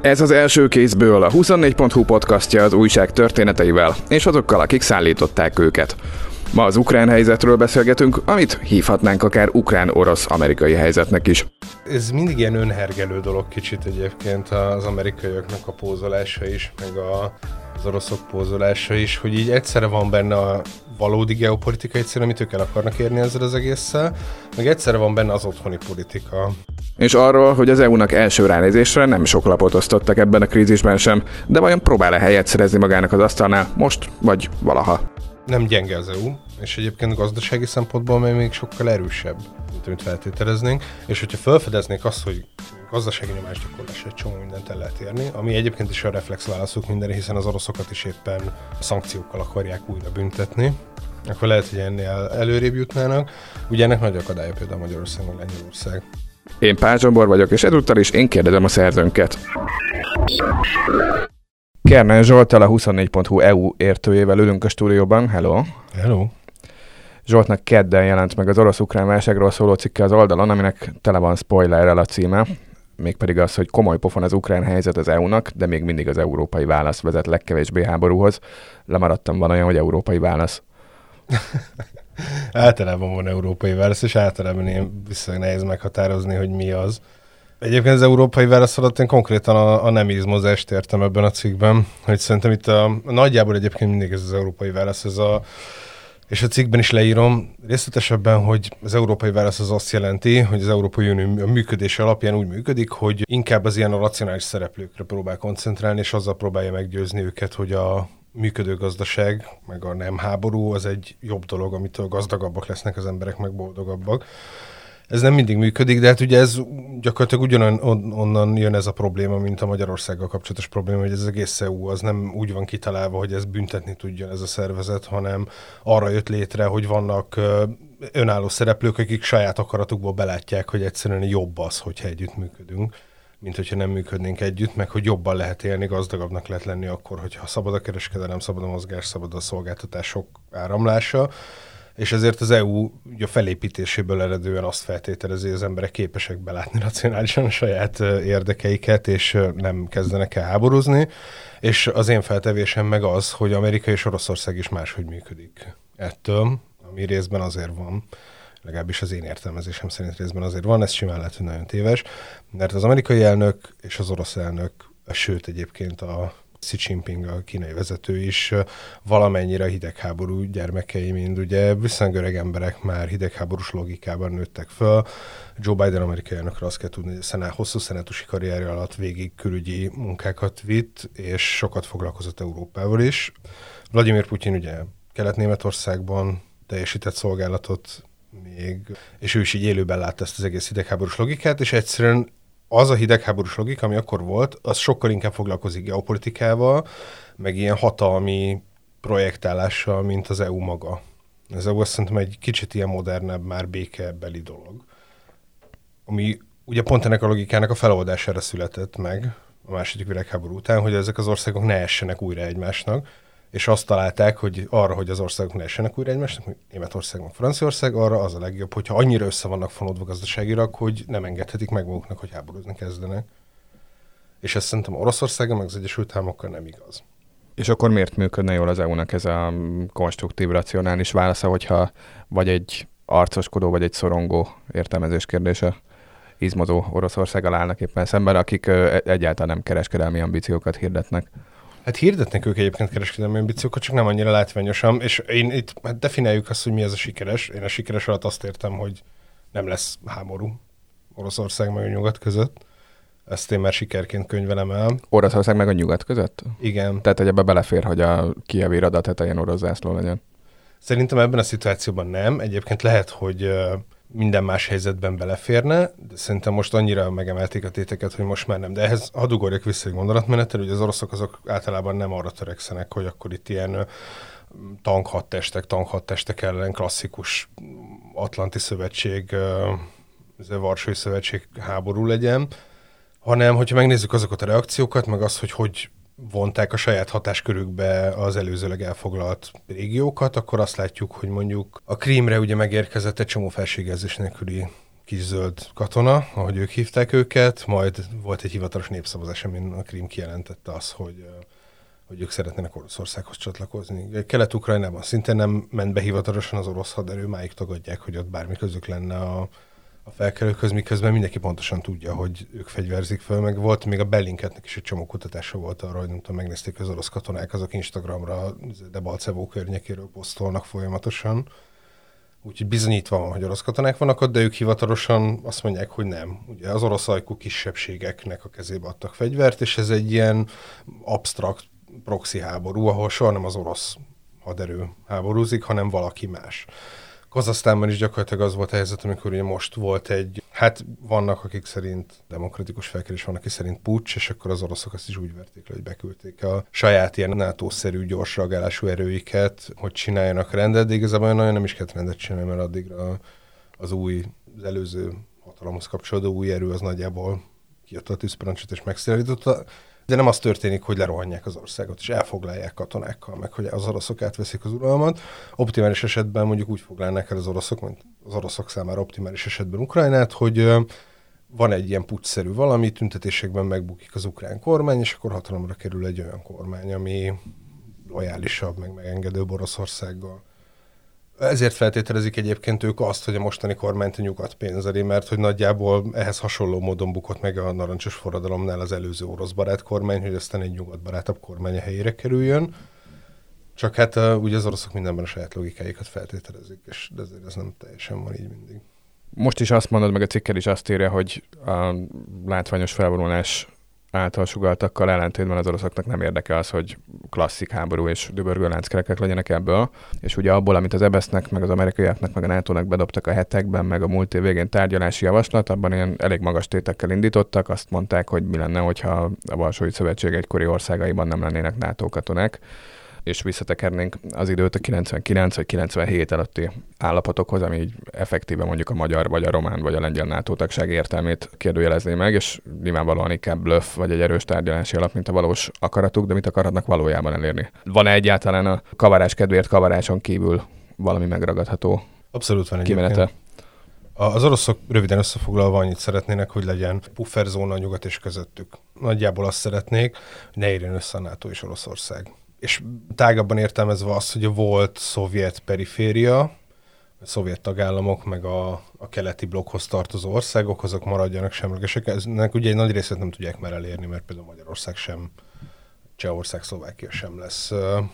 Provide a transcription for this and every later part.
Ez az első kézből a 24.hu podcastja az újság történeteivel, és azokkal, akik szállították őket. Ma az ukrán helyzetről beszélgetünk, amit hívhatnánk akár ukrán-orosz-amerikai helyzetnek is. Ez mindig ilyen önhergelő dolog kicsit egyébként az amerikaiaknak a pózolása is, meg az oroszok pózolása is, hogy így egyszerre van benne a valódi geopolitikai cél, amit ők el akarnak érni ezzel az egésszel, meg egyszerre van benne az otthoni politika. És arról, hogy az EU-nak első ránézésre nem sok lapot osztottak ebben a krízisben sem, de vajon próbál-e helyet szerezni magának az asztalnál most, vagy valaha? Nem gyenge az EU, és egyébként gazdasági szempontból még sokkal erősebb, mint amit feltételeznénk, és hogyha felfedeznék azt, hogy gazdasági nyomásgyakorlásra egy csomó mindent el lehet érni, ami egyébként is a reflex válaszuk mindenre, hiszen az oroszokat is éppen szankciókkal akarják újra büntetni, akkor lehet, hogy ennél előrébb jutnának. Ugye ennek nagy akadálya például Magyarország, meg Lengyelország. Én Pál Zsombor vagyok, és ezúttal is én kérdezem a szerzőnket. Kernel Zsolttal, a 24.hu EU értőjével ülünk a stúdióban. Hello! Hello! Zsoltnak kedden jelent meg az orosz-ukrán válságról szóló cikke az oldalon, aminek tele van spoilerrel a címe, mégpedig az, hogy komoly pofon az ukrán helyzet az EU-nak, de még mindig az európai válasz vezet legkevésbé háborúhoz. Lemaradtam, van olyan, hogy európai válasz. Általában van európai válasz, és általában ilyen viszonylag nehéz meghatározni, hogy mi az. Egyébként az európai válasz alatt én konkrétan a nemizmozást értem ebben a cikkben, hogy szerintem itt nagyjából egyébként mindig ez az európai válasz, és a cikkben is leírom részletesebben, hogy az európai válasz az azt jelenti, hogy az Európai Unió működése alapján úgy működik, hogy inkább az ilyen a racionális szereplőkre próbál koncentrálni, és azzal próbálja meggyőzni őket, hogy a működő gazdaság, meg a nem háború, az egy jobb dolog, amitől gazdagabbak lesznek az emberek, meg boldogabbak. Ez nem mindig működik, de hát ugye ez gyakorlatilag onnan jön ez a probléma, mint a Magyarországgal kapcsolatos probléma, hogy ez az egész EU az nem úgy van kitalálva, hogy ez büntetni tudjon ez a szervezet, hanem arra jött létre, hogy vannak önálló szereplők, akik saját akaratukból belátják, hogy egyszerűen jobb az, hogyha együtt működünk, mint hogyha nem működnénk együtt, meg hogy jobban lehet élni, gazdagabbnak lehet lenni akkor, hogyha szabad a kereskedelem, szabad a mozgás, szabad a szolgáltatások áramlása. És ezért az EU a felépítéséből eredően azt feltételezi, hogy az emberek képesek belátni racionálisan a saját érdekeiket, és nem kezdenek el háborúzni. És az én feltevésem meg az, hogy Amerika és Oroszország is máshogy működik ettől, ami részben azért van, legalábbis az én értelmezésem szerint részben azért van, ez simán lehet, hogy nagyon téves, mert az amerikai elnök és az orosz elnök, sőt egyébként a Xi Jinping, a kínai vezető is valamennyire a hidegháború gyermekei, mint ugye viszonylag öreg emberek már hidegháborús logikában nőttek föl. Joe Biden amerikai elnökre azt kell tudni, hogy hosszú szenátusi karrierje alatt végig külügyi munkákat vitt, és sokat foglalkozott Európával is. Vladimir Putyin ugye Kelet-Németországban teljesített szolgálatot még, és ő is így élőben látta ezt az egész hidegháborús logikát, és egyszerűen az a hidegháborús logika, ami akkor volt, az sokkal inkább foglalkozik geopolitikával, meg ilyen hatalmi projektálással, mint az EU maga. Az EU azt szerintem egy kicsit ilyen modernebb, már békebeli dolog. Ami ugye pont ennek a logikának a feloldására született meg a második világháború után, hogy ezek az országok ne essenek újra egymásnak, és azt találták, hogy arra, hogy az országok ne essenek újra egymásnak, Németország, Franciaország, arra az a legjobb, hogyha annyira össze vannak fonódva gazdaságilag, hogy nem engedhetik meg maguknak, hogy háborúzni kezdenek. És ez szerintem Oroszországgal, meg az Egyesült Államokkal nem igaz. És akkor miért működne jól az EU-nak ez a konstruktív, racionális válasza, hogyha vagy egy arcoskodó, vagy egy szorongó értelmezés kérdése izmozó Oroszországgal állnak éppen szemben, akik egyáltalán nem kereskedelmi ambíciókat hirdetnek? Hát hirdetnek ők egyébként kereskedelmi ambíciókat, csak nem annyira látványosan, és én itt definiáljuk azt, hogy mi az a sikeres. Én a sikeres alatt azt értem, hogy nem lesz háború Oroszország meg a nyugat között. Ezt én már sikerként könyvelem el. Oroszország meg a nyugat között? Igen. Tehát, hogy ebbe belefér, hogy a Kijevi Rada tetején orosz zászló legyen? Szerintem ebben a szituációban nem. Egyébként lehet, hogy minden más helyzetben beleférne, de szerintem most annyira megemelték a téteket, hogy most már nem. De ehhez hadd ugorjak vissza egy gondolatmenettel, hogy az oroszok azok általában nem arra törekszenek, hogy akkor itt ilyen tankhadtestek ellen klasszikus Atlanti Szövetség, Varsói Szövetség háború legyen, hanem hogyha megnézzük azokat a reakciókat, meg az, hogy vonták a saját hatáskörükbe az előzőleg elfoglalt régiókat, akkor azt látjuk, hogy mondjuk a Krímre ugye megérkezett egy csomó felségjelzés nélküli kis zöld katona, ahogy ők hívták őket, majd volt egy hivatalos népszavazás, amin a Krím kijelentette azt, hogy ők szeretnének Oroszországhoz csatlakozni. Kelet-Ukrajnában szintén nem ment be hivatalosan az orosz haderő, máig tagadják, hogy ott bármi közük lenne a felkelőkhöz, miközben mindenki pontosan tudja, hogy ők fegyverzik föl, meg volt még a Bellingcatnek is egy csomó kutatása volt arra, hogy nem tudom, megnézték, hogy az orosz katonák azok Instagramra Debalcevó környékéről posztolnak folyamatosan. Úgyhogy bizonyítva van, hogy orosz katonák vannak ott, de ők hivatalosan azt mondják, hogy nem. Ugye az orosz ajkú kisebbségeknek a kezébe adtak fegyvert, és ez egy ilyen absztrakt proxy háború, ahol soha nem az orosz haderő háborúzik, hanem valaki más. Kazahsztánban is gyakorlatilag az volt a helyzet, amikor ugye most volt hát vannak, akik szerint demokratikus felkelés, van, aki szerint puccs, és akkor az oroszok azt is úgy verték le, hogy beküldték a saját ilyen NATO-szerű gyors reagálású erőiket, hogy csináljanak rendet, de igazából nagyon nem is kellett rendet csinálni, mert addigra az előző hatalomhoz kapcsolódó új erő az nagyjából kiadta a tűzparancsot és megszilárította. De nem az történik, hogy lerohanják az országot, és elfoglalják katonákkal, meg hogy az oroszok átveszik az uralmat. Optimális esetben mondjuk úgy foglalnák el az oroszok, mint az oroszok számára optimális esetben Ukrajnát, hogy van egy ilyen puccsszerű valami, tüntetésekben megbukik az ukrán kormány, és akkor hatalomra kerül egy olyan kormány, ami lojálisabb, meg megengedőbb Oroszországgal. Ezért feltételezik egyébként ők azt, hogy a mostani kormányt a nyugat pénzeli, mert hogy nagyjából ehhez hasonló módon bukott meg a narancsos forradalomnál az előző orosz barát kormány, hogy aztán egy nyugatbarátabb kormány a helyére kerüljön. Csak hát ugye az oroszok mindenben a saját logikáikat feltételezik, és de azért ez nem teljesen van így mindig. Most is azt mondod, meg a cikkel is azt írja, hogy a látványos felvonulás által sugalltakkal ellentétben az oroszoknak nem érdeke az, hogy klasszik háború és dübörgő lánckerekek legyenek ebből. És ugye abból, amit az EBESZ-nek, meg az amerikaiaknak, meg a NATO-nak bedobtak a hetekben, meg a múlt év végén tárgyalási javaslat, abban ilyen elég magas tétekkel indítottak. Azt mondták, hogy mi lenne, hogyha a Varsói Szövetség egykori országaiban nem lennének NATO katonák, és visszatekernénk az időt a 99 vagy 97 előtti állapotokhoz, ami így effektíve mondjuk a magyar, vagy a román, vagy a lengyel NATO tagság értelmét kérdőjelezné meg, és nyilvánvalóan inkább bluff, vagy egy erős tárgyalási alap, mint a valós akaratuk, de mit akarhatnak valójában elérni? Van-e egyáltalán a kavarás kedvéért kavaráson kívül valami megragadható Abszolút van kimenete? Egyébként. Az oroszok röviden összefoglalva annyit szeretnének, hogy legyen pufferzóna a nyugat és közöttük. Nagyjából azt szeretnék, hogy ne érjen össze a NATO és Oroszország. És tágabban értelmezve azt, hogy a volt szovjet periféria, a szovjet tagállamok, meg a keleti blokkhoz tartozó országok, azok maradjanak semlegesek. Ennek ugye egy nagy részét nem tudják már elérni, mert például Magyarország sem, Csehország, Szlovákia sem lesz,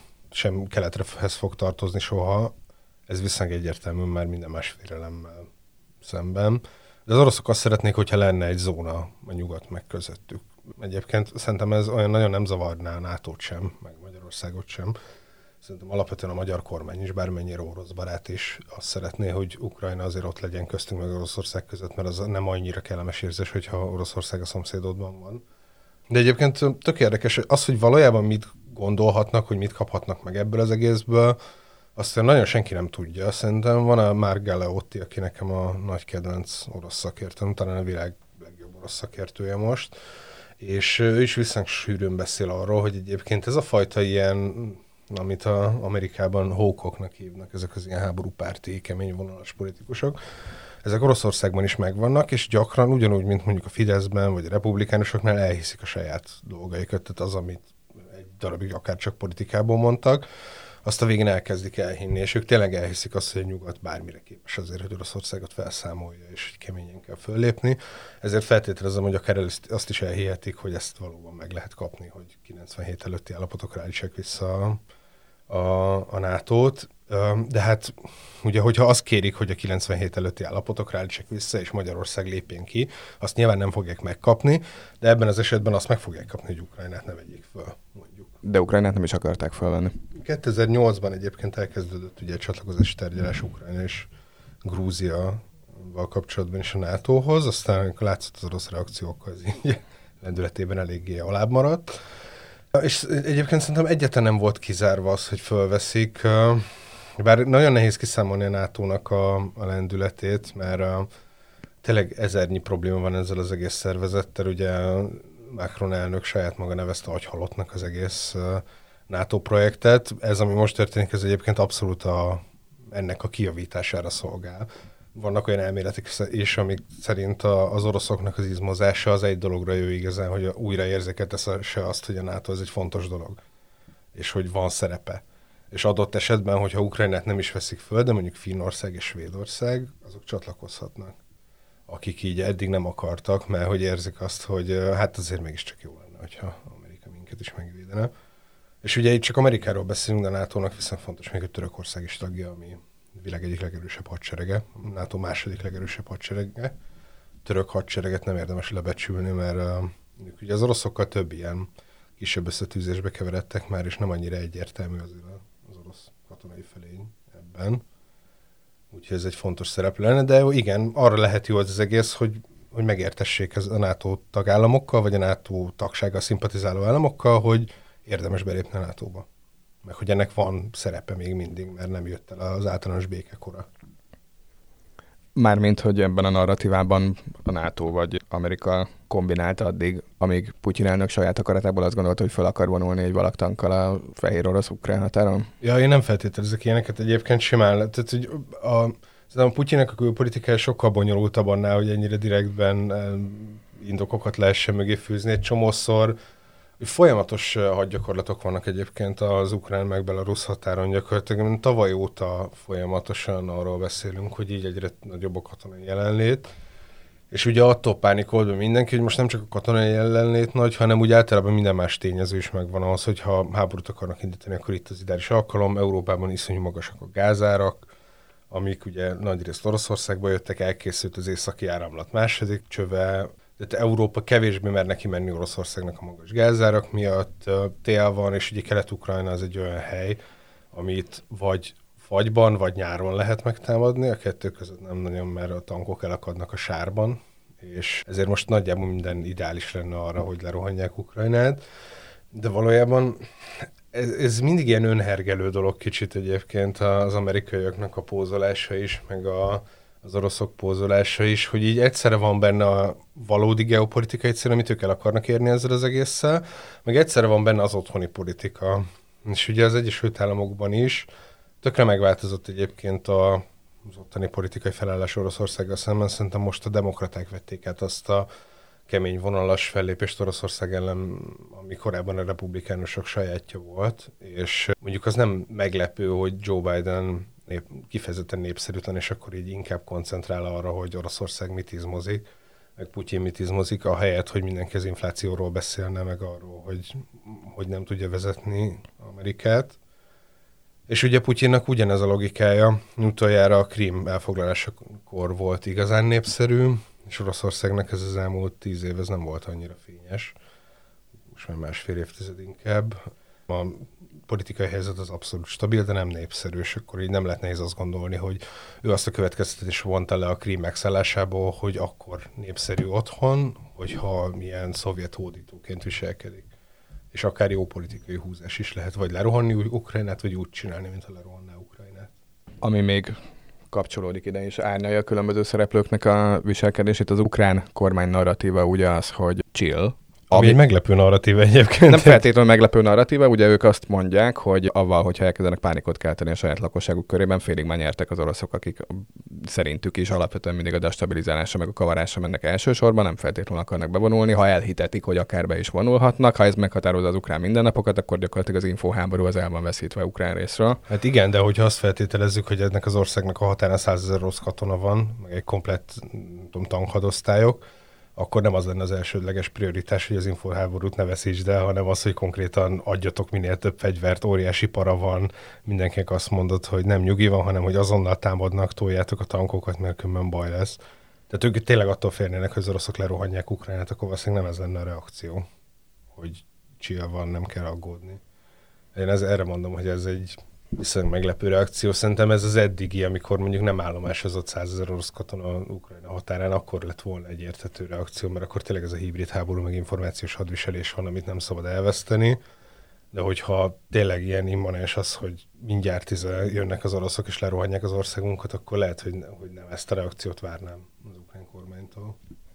sem keletrehez fog tartozni soha. Ez viszont egyértelműen már minden más félelemmel szemben. De az oroszok azt szeretnék, hogyha lenne egy zóna a nyugat meg közöttük. Egyébként szerintem ez olyan nagyon nem zavarná a NATO-t sem, meg Magyarországot sem. Szerintem alapvetően a magyar kormány is, bármennyire orosz barát is azt szeretné, hogy Ukrajna azért ott legyen köztünk meg Oroszország között, mert az nem annyira kellemes érzés, hogyha Oroszország a szomszédodban van. De egyébként tök érdekes, az, hogy valójában mit gondolhatnak, hogy mit kaphatnak meg ebből az egészből, azt nagyon senki nem tudja. Szerintem van a Mark Galeotti, aki nekem a nagy kedvenc orosz szakértőm, talán a világ legjobb orosz szakértője most, és ő is viszonylag sűrűn beszél arról, hogy egyébként ez a fajta ilyen, amit Amerikában hókoknak hívnak, ezek az ilyen háborúpárti, kemény vonalas politikusok, ezek Oroszországban is megvannak, és gyakran ugyanúgy, mint mondjuk a Fideszben, vagy a republikánusoknál elhiszik a saját dolgaikat, tehát az, amit egy darabig akár csak politikából mondtak, azt a végén elkezdik elhinni, és ők tényleg elhiszik azt, hogy a nyugat bármire képes azért, hogy Oroszországot felszámolja, és hogy keményen kell föllépni. Ezért feltételezem, hogy akár azt is elhihetik, hogy ezt valóban meg lehet kapni, hogy 97 előtti állapotokra állítsák vissza a NATO-t. De hát ugye, hogyha azt kérik, hogy a 97 előtti állapotokra állítsák vissza, és Magyarország lépjen ki, azt nyilván nem fogják megkapni, de ebben az esetben azt meg fogják kapni, hogy Ukrajnát ne vegyék föl, mondjuk. De Ukrajnát nem is akarták felvenni. 2008-ban egyébként elkezdődött ugye egy csatlakozási tárgyalás Ukrajna és Grúziaval kapcsolatban is a NATO-hoz, aztán látszott az orosz reakciókkal, ez így lendületében eléggé alább maradt. És egyébként szerintem egyáltalán nem volt kizárva az, hogy fölveszik, bár nagyon nehéz kiszámolni a NATO-nak a lendületét, mert tényleg ezernyi probléma van ezzel az egész szervezettel, ugye Macron elnök saját maga nevezte agyhalottnak az egész NATO projektet. Ez, ami most történik, ez egyébként abszolút ennek a kijavítására szolgál. vannak olyan elméletek is, amik szerint az oroszoknak az izmozása az egy dologra jó igazán, hogy újra érzékeltesse azt, hogy a NATO az egy fontos dolog, és hogy van szerepe. És adott esetben, hogyha Ukrajnát nem is veszik föl, de mondjuk Finnország és Svédország, azok csatlakozhatnak. Akik így eddig nem akartak, mert hogy érzik azt, hogy hát azért mégiscsak jó lenne, hogyha Amerika minket is megvédene. És ugye itt csak Amerikáról beszélünk, de a NATO-nak viszont fontos még, hogy Törökország is tagja, ami a világ egyik legerősebb hadserege, a NATO második legerősebb hadserege. Török hadsereget nem érdemes lebecsülni, mert ugye az oroszokkal több ilyen kisebb összetűzésbe keveredtek már, és nem annyira egyértelmű azért az orosz katonai felény ebben. Úgyhogy ez egy fontos szerep lenne, de igen, arra lehet jó az egész, hogy megértessék a NATO tagállamokkal, vagy a NATO tagsággal szimpatizáló államokkal, hogy érdemes belépni a NATO-ba. Meg hogy ennek van szerepe még mindig, mert nem jött el az általános békekora. Mármint, hogy ebben a narratívában a NATO vagy Amerika kombinálta addig, amíg Putyin elnök saját akaratából azt gondolta, hogy fel akar vonulni egy valaktankkal a fehér orosz-ukrán határon? Ja, én nem feltételezek ilyeneket egyébként simán. Tehát, hogy a Putyinnek a külpolitikája sokkal bonyolultabb annál, hogy ennyire direktben indokokat lehessen mögé fűzni. Egy csomószor folyamatos hadgyakorlatok vannak egyébként az ukrán meg belarusz határon gyakorlatilag. Tavaly óta folyamatosan arról beszélünk, hogy így egyre nagyobb a katonai jelenlét. És ugye attól pánikolt be mindenki, hogy most nem csak a katonai jelenlét nagy, hanem úgy általában minden más tényező is megvan ahhoz, hogy ha háborút akarnak indítani, akkor itt az ideális alkalom. Európában iszonyú magasak a gázárak, amik ugye nagyrészt Oroszországba jöttek, elkészült az északi áramlat második csöve, de Európa kevésbé mer neki menni Oroszországnak a magas gázárak miatt, tél van, és ugye Kelet-Ukrajna az egy olyan hely, amit vagy fagyban, vagy nyáron lehet megtámadni, a kettő között nem nagyon, mert a tankok elakadnak a sárban, és ezért most nagyjából minden ideális lenne arra, hogy lerohanják Ukrajnát, de valójában ez mindig ilyen önhergelő dolog kicsit egyébként az amerikaiaknak a pózolása is, meg az oroszok pózolása is, hogy így egyszerre van benne a valódi geopolitikai cél, amit ők el akarnak érni ezzel az egésszel, meg egyszerre van benne az otthoni politika. És ugye az Egyesült Államokban is tökre megváltozott egyébként az ottani politikai felállás Oroszországgal szemben. Szerintem most a demokraták vették át azt a kemény vonalas fellépést Oroszország ellen, ami korábban a republikánusok sajátja volt, és mondjuk az nem meglepő, hogy Joe Biden kifejezetten népszerűtlen, és akkor így inkább koncentrál arra, hogy Oroszország mit izmozik, meg Putyin mit izmozik, ahelyett, hogy mindenki az inflációról beszélne, meg arról, hogy nem tudja vezetni Amerikát. És ugye Putyinnak ugyanez a logikája, utoljára a Krím elfoglalásakor volt igazán népszerű, és Oroszországnak ez az elmúlt 10 év ez nem volt annyira fényes. Most már másfél évtized inkább. A politikai helyzet az abszolút stabil, de nem népszerű, és akkor így nem lehet nehéz azt gondolni, hogy ő azt a következtetést vonta le a Krím megszállásából, hogy akkor népszerű otthon, hogyha milyen szovjet hódítóként viselkedik. És akár jó politikai húzás is lehet, vagy lerohanni Ukrajnát, vagy úgy csinálni, mintha lerohanná Ukrajnát. Ami még kapcsolódik ide, és árnyalja a különböző szereplőknek a viselkedését, az ukrán kormány narratíva ugye az, hogy chill. Ami egy meglepő narratíva egyébként. Nem feltétlenül meglepő narratíva, ugye ők azt mondják, hogy avval, hogyha elkezdenek pánikot kelteni a saját lakosságuk körében, félig már nyertek az oroszok, akik szerintük is alapvetően mindig a destabilizálásra meg a kavarásra mennek elsősorban, nem feltétlenül akarnak bevonulni, ha elhitetik, hogy akár be is vonulhatnak, ha ez meghatározza az ukrán mindennapokat, akkor gyakorlatilag az infoháború az el van veszítve ukrán részről. Hát igen, de hogyha azt feltételezzük, hogy ennek az országnak a határán 100 000 orosz katona van, meg egy komplett tankhadosztályok, akkor nem az lenne az elsődleges prioritás, hogy az infoháborút ne veszítsd el, hanem az, hogy konkrétan adjatok minél több fegyvert, óriási para van, mindenkinek azt mondod, hogy nem nyugi van, hanem hogy azonnal támadnak, toljátok a tankokat, mert különben baj lesz. Tehát ők tényleg attól félnének, hogy az oroszok lerohanják Ukrajnát, akkor valószínűleg nem ez lenne a reakció, hogy chill van, nem kell aggódni. Én erre mondom, hogy ez egy viszonylag meglepő reakció. Szerintem ez az eddigi, amikor mondjuk nem állomásozott 100 000 orosz katona Ukrajna határán, akkor lett volna egy érthető reakció, mert akkor tényleg ez a hibrid háború, meg információs hadviselés van, amit nem szabad elveszteni. De hogyha tényleg ilyen immanens az, hogy mindjárt jönnek az oroszok és lerohanják az országunkat, akkor lehet, hogy nem ezt a reakciót várnám az ukrán kormánytól.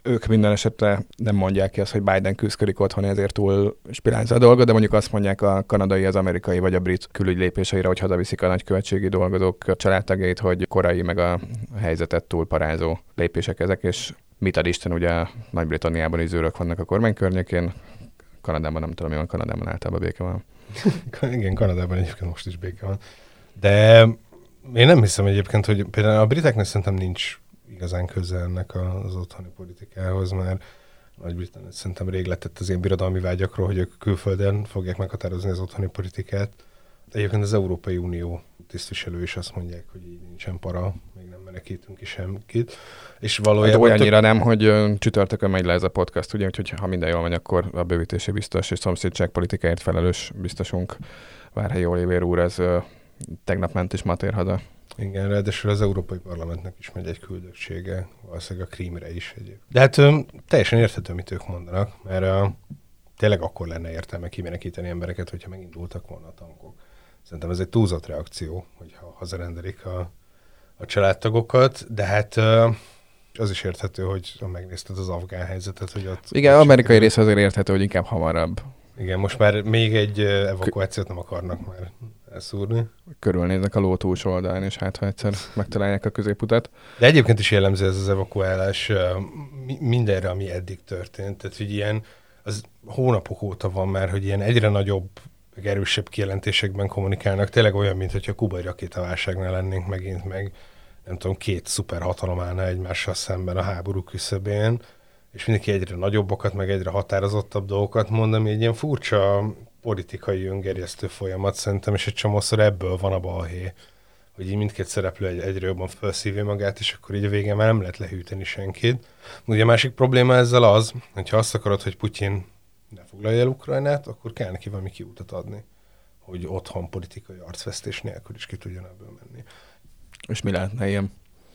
ők minden esetre nem mondják ki azt, hogy Biden küszködik otthon, ezért túl spirálza a dolga, de mondjuk azt mondják a kanadai, az amerikai vagy a brit külügy lépéseire, hogy hazaviszik a nagykövetségi dolgozók családtagjait, hogy korai meg a helyzetet túlparázó lépések ezek, és mit ad Isten, ugye Nagy-Britanniában is zűrök vannak a kormány környékén, Kanadában nem tudom, mi van, Kanadában általában béke van. Igen, Kanadában egyébként most is béke van. De én nem hiszem egyébként, hogy például a briteknek szerintem nincs igazán köze ennek az otthoni politikához, mert Nagy-Britannia szerintem rég letett az én birodalmi vágyakról, hogy ők külföldön fogják meghatározni az otthoni politikát. Egyébként az Európai Unió tisztviselő is azt mondják, hogy így nincsen para, még nem menekítünk ki semmit. És valójában... Hát olyannyira nem, hogy csütörtökön megy le ez a podcast, ugye, úgyhogy ha minden jól megy, akkor a bővítési biztos és szomszédságpolitikáért felelős biztosunk Várhelyi Olivér úr, ez tegnap ment is ma tér haza. Igen, ráadásul az Európai Parlamentnek is megy egy küldöttsége, valószínűleg a Krímre is egyébként. De hát teljesen érthető, amit ők mondanak, mert tényleg akkor lenne értelme kimenekíteni embereket, hogyha megindultak volna a tankok. Szerintem ez egy túlzott reakció, hogyha hazarendelik a családtagokat, de hát az is érthető, hogy megnézted az afgán helyzetet, hogy ott... Igen, amerikai része azért érthető, hogy inkább hamarabb. Igen, most már még egy evakuációt nem akarnak már elszúrni. Körülnéznek a ló túlsó oldalán, és hát ha egyszer megtalálják a középutat. De egyébként is jellemző ez az evakuálás mindenre, ami eddig történt. Tehát, hogy ilyen, az hónapok óta van már, hogy ilyen egyre nagyobb, meg erősebb kijelentésekben kommunikálnak. Tényleg olyan, mintha kubai rakétaválságnál lennénk megint, meg nem tudom, két szuperhatalom állna egymással szemben a háború küszöbén, és mindenki egyre nagyobbakat, meg egyre határozottabb dolgokat mond, ami egy ilyen furcsa politikai öngerjesztő folyamat szerintem, és egy csomószor ebből van a balhé, hogy így mindkét szereplő egyre jobban felszívja magát, és akkor így a végén már nem lehet lehűteni senkit. Ugye a másik probléma ezzel az, hogyha azt akarod, hogy Putyin ne foglalja el Ukrajnát, akkor kell neki valami kiútat adni, hogy otthon politikai arcvesztés nélkül is ki tudjon ebből menni. És mi lehetne ilyen?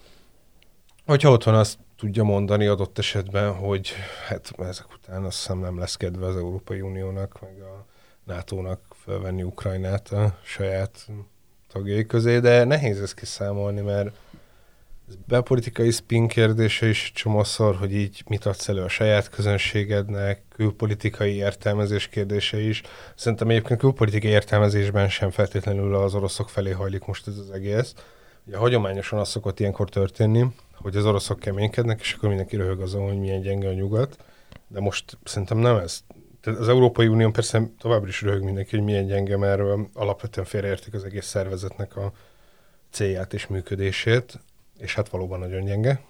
Hogyha otthon azt tudja mondani adott esetben, hogy hát ezek után azt hiszem nem lesz kedve az Európai Uniónak, meg a NATO-nak felvenni Ukrajnát a saját tagjai közé, de nehéz ezt kiszámolni, mert ez belpolitikai spin kérdése is csomószor, hogy így mit adsz elő a saját közönségednek, külpolitikai értelmezés kérdése is. Szerintem egyébként külpolitikai értelmezésben sem feltétlenül az oroszok felé hajlik most ez az egész. Ugye hagyományosan az szokott ilyenkor történni, hogy az oroszok keménykednek, és akkor mindenki röhög azon, hogy milyen gyenge a nyugat, de most szerintem nem ez. Az Európai Unión persze továbbra is röhög mindenki, hogy milyen gyenge, mert alapvetően félreértik az egész szervezetnek a célját és működését, és hát valóban nagyon gyenge.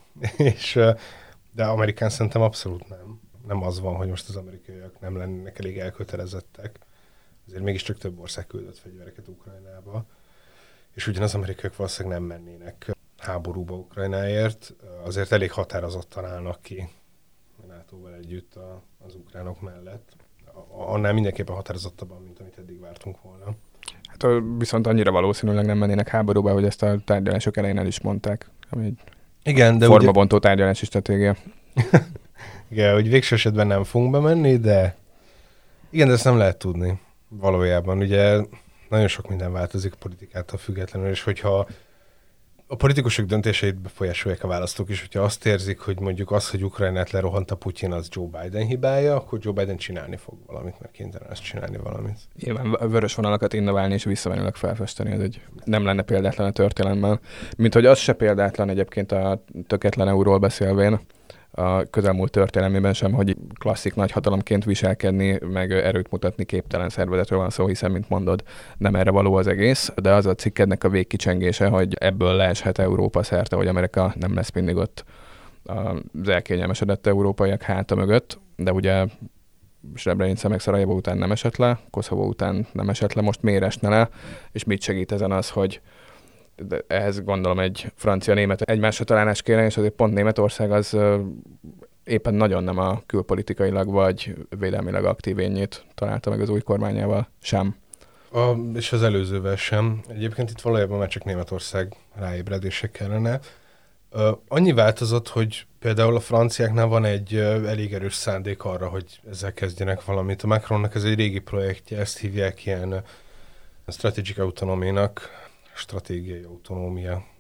De Amerikán szerintem abszolút nem. Nem az van, hogy most az amerikaiak nem lennének elég elkötelezettek. Azért mégiscsak több ország küldött fegyvereket Ukrajnába. És ugyanaz amerikaiak valószínűleg nem mennének háborúba Ukrajnáért, azért elég határozottan állnak ki a NATO-val együtt az ukránok mellett. Annál mindenképpen határozottabban, mint amit eddig vártunk volna. Hát viszont annyira valószínűleg nem mennének háborúba, hogy ezt a tárgyalások elején el is mondták, ami egy igen, de formabontó tárgyalási stratégia. Igen, hogy végső esetben nem fogunk bemenni, de igen, de ezt nem lehet tudni valójában. Ugye nagyon sok minden változik politikától függetlenül, és hogyha a politikusok döntéseit befolyásolják a választók is, hogyha azt érzik, hogy mondjuk az, hogy Ukrajnát lerohant a Putyin, az Joe Biden hibája, akkor Joe Biden csinálni fog valamit, mert kénytelen ezt csinálni valamit. Nyilván vörös vonalakat innoválni és visszamenőleg felfesteni, ez egy nem lenne példátlan a történelemben. Mint hogy az se példátlan egyébként a tökéletlen euróról beszélvén, a közelmúlt történelmében sem, hogy klasszik nagyhatalomként viselkedni, meg erőt mutatni képtelen szervezetről van szó, hiszen, mint mondod, nem erre való az egész, de az a cikkednek a végkicsengése, hogy ebből leeshet Európa szerte, hogy Amerika nem lesz mindig ott az elkényelmesedett európaiak háta mögött, de ugye Srebrenica meg Szarajevó után nem esett le, Koszovó után nem esett le, most miért esne le, és mit segít ezen az, hogy de ehhez gondolom egy francia-német egymásra találás kéne, és azért pont Németország az éppen nagyon nem a külpolitikailag vagy védelmileg aktív énnyét találta meg az új kormányával sem. És az előzővel sem. Egyébként itt valójában már csak Németország ráébredése kellene. Annyi változott, hogy például a franciáknál van egy elég erős szándék arra, hogy ezzel kezdjenek valamit. A Macronnak ez egy régi projektje, ezt hívják ilyen strategic autonomy-nak, stratégiai autonómia.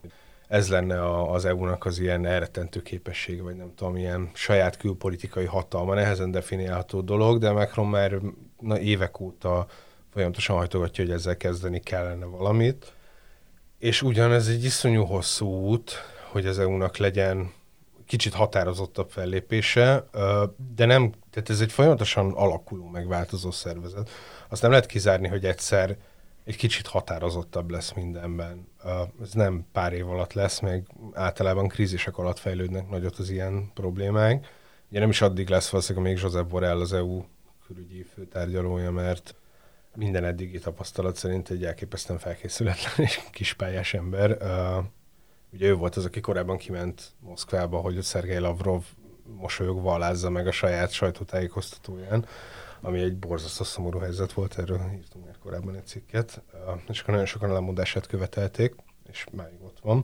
ez lenne az EU-nak az ilyen elrettentő képessége, vagy nem tudom, ilyen saját külpolitikai hatalma, nehezen definiálható dolog, de Macron már évek óta folyamatosan hajtogatja, hogy ezzel kezdeni kellene valamit. És ugyanez egy iszonyú hosszú út, hogy az EU-nak legyen kicsit határozottabb fellépése, de nem, tehát ez egy folyamatosan alakuló, megváltozó szervezet. Azt nem lehet kizárni, hogy egyszer egy kicsit határozottabb lesz mindenben. Ez nem pár év alatt lesz, meg általában krízisek alatt fejlődnek nagyot az ilyen problémák. Ugye nem is addig lesz valószínűleg még Josep Borrell az EU külügyi főtárgyalója, mert minden eddigi tapasztalat szerint egy elképesztően felkészületlen és kispályás ember. Ugye ő volt az, aki korábban kiment Moszkvába, hogy Szergej Lavrov mosolyogva alázza meg a saját sajtótájékoztatóján, ami egy borzasztó szomorú helyzet volt, erről írtunk már korábban egy cikket, és akkor nagyon sokan a lemondását követelték, és máig ott van.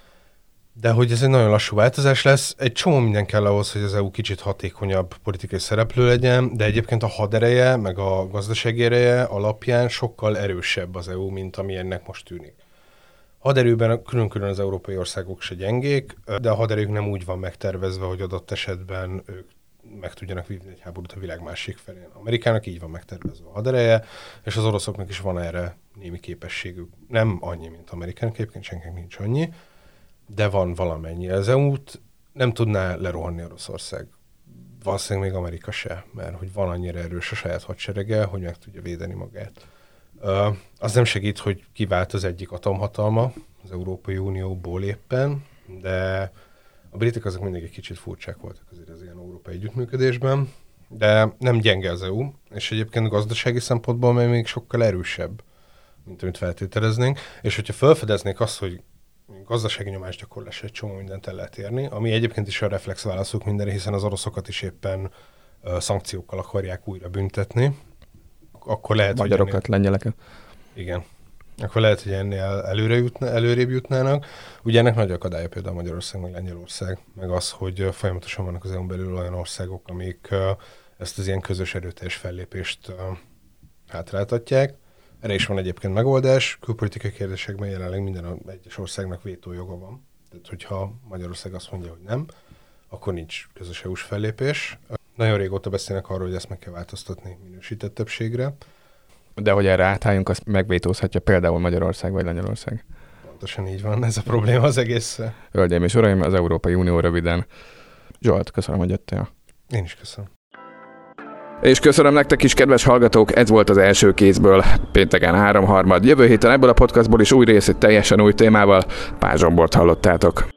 De hogy ez egy nagyon lassú változás lesz, egy csomó minden kell ahhoz, hogy az EU kicsit hatékonyabb politikai szereplő legyen, de egyébként a hadereje, meg a gazdasági ereje alapján sokkal erősebb az EU, mint ami ennek most tűnik. Haderőben külön-külön az európai országok se gyengék, de a haderők nem úgy van megtervezve, hogy adott esetben ők meg tudjanak vívni egy háborút a világ másik felén. Amerikának így van megtervezve a hadereje, és az oroszoknak is van erre némi képességük. Nem annyi, mint Amerikának, egyébként senkinek nincs annyi, de van valamennyi. Az EU-t nem tudná lerohanni Oroszország. Valószínűleg még Amerika se, mert hogy van annyira erős a saját hadserege, hogy meg tudja védeni magát. Az nem segít, hogy kivált az egyik atomhatalma az Európai Unióból éppen, de a britek azok mindig egy kicsit furcsák voltak azért az ilyen európai együttműködésben, de nem gyenge az EU, és egyébként gazdasági szempontból még sokkal erősebb, mint amit feltételeznénk, és hogyha felfedeznék azt, hogy gazdasági nyomásgyakorlás egy csomó mindent el lehet érni, ami egyébként is a reflex válaszuk mindenre, hiszen az oroszokat is éppen szankciókkal akarják újra büntetni, akkor lehet, magyarokat, lengyeleket. Igen. Akkor lehet, hogy ennél előrébb jutnának. Ugye ennek nagy akadálya például Magyarország, meg Lengyelország, meg az, hogy folyamatosan vannak az EU-n belül olyan országok, amik ezt az ilyen közös erőteljes fellépést hátráltatják. Erre is van egyébként megoldás. Külpolitikai kérdésekben jelenleg minden egyes országnak vétójoga van. Tehát, hogyha Magyarország azt mondja, hogy nem, akkor nincs közös EU-s fellépés. Nagyon régóta beszélnek arról, hogy ezt meg kell változtatni minősített többségre. De hogy erre átálljunk, azt megvétózhatja például Magyarország vagy Lengyelország. Pontosan így van, ez a probléma az egész. Hölgyeim és uraim, az Európai Unió röviden. Zsolt, köszönöm, hogy jöttél. Én is köszönöm. És köszönöm nektek is, kedves hallgatók, ez volt az első kézből, pénteken 3/3. Jövő héten ebből a podcastból is új rész egy teljesen új témával. Pázs Zsombort hallottátok.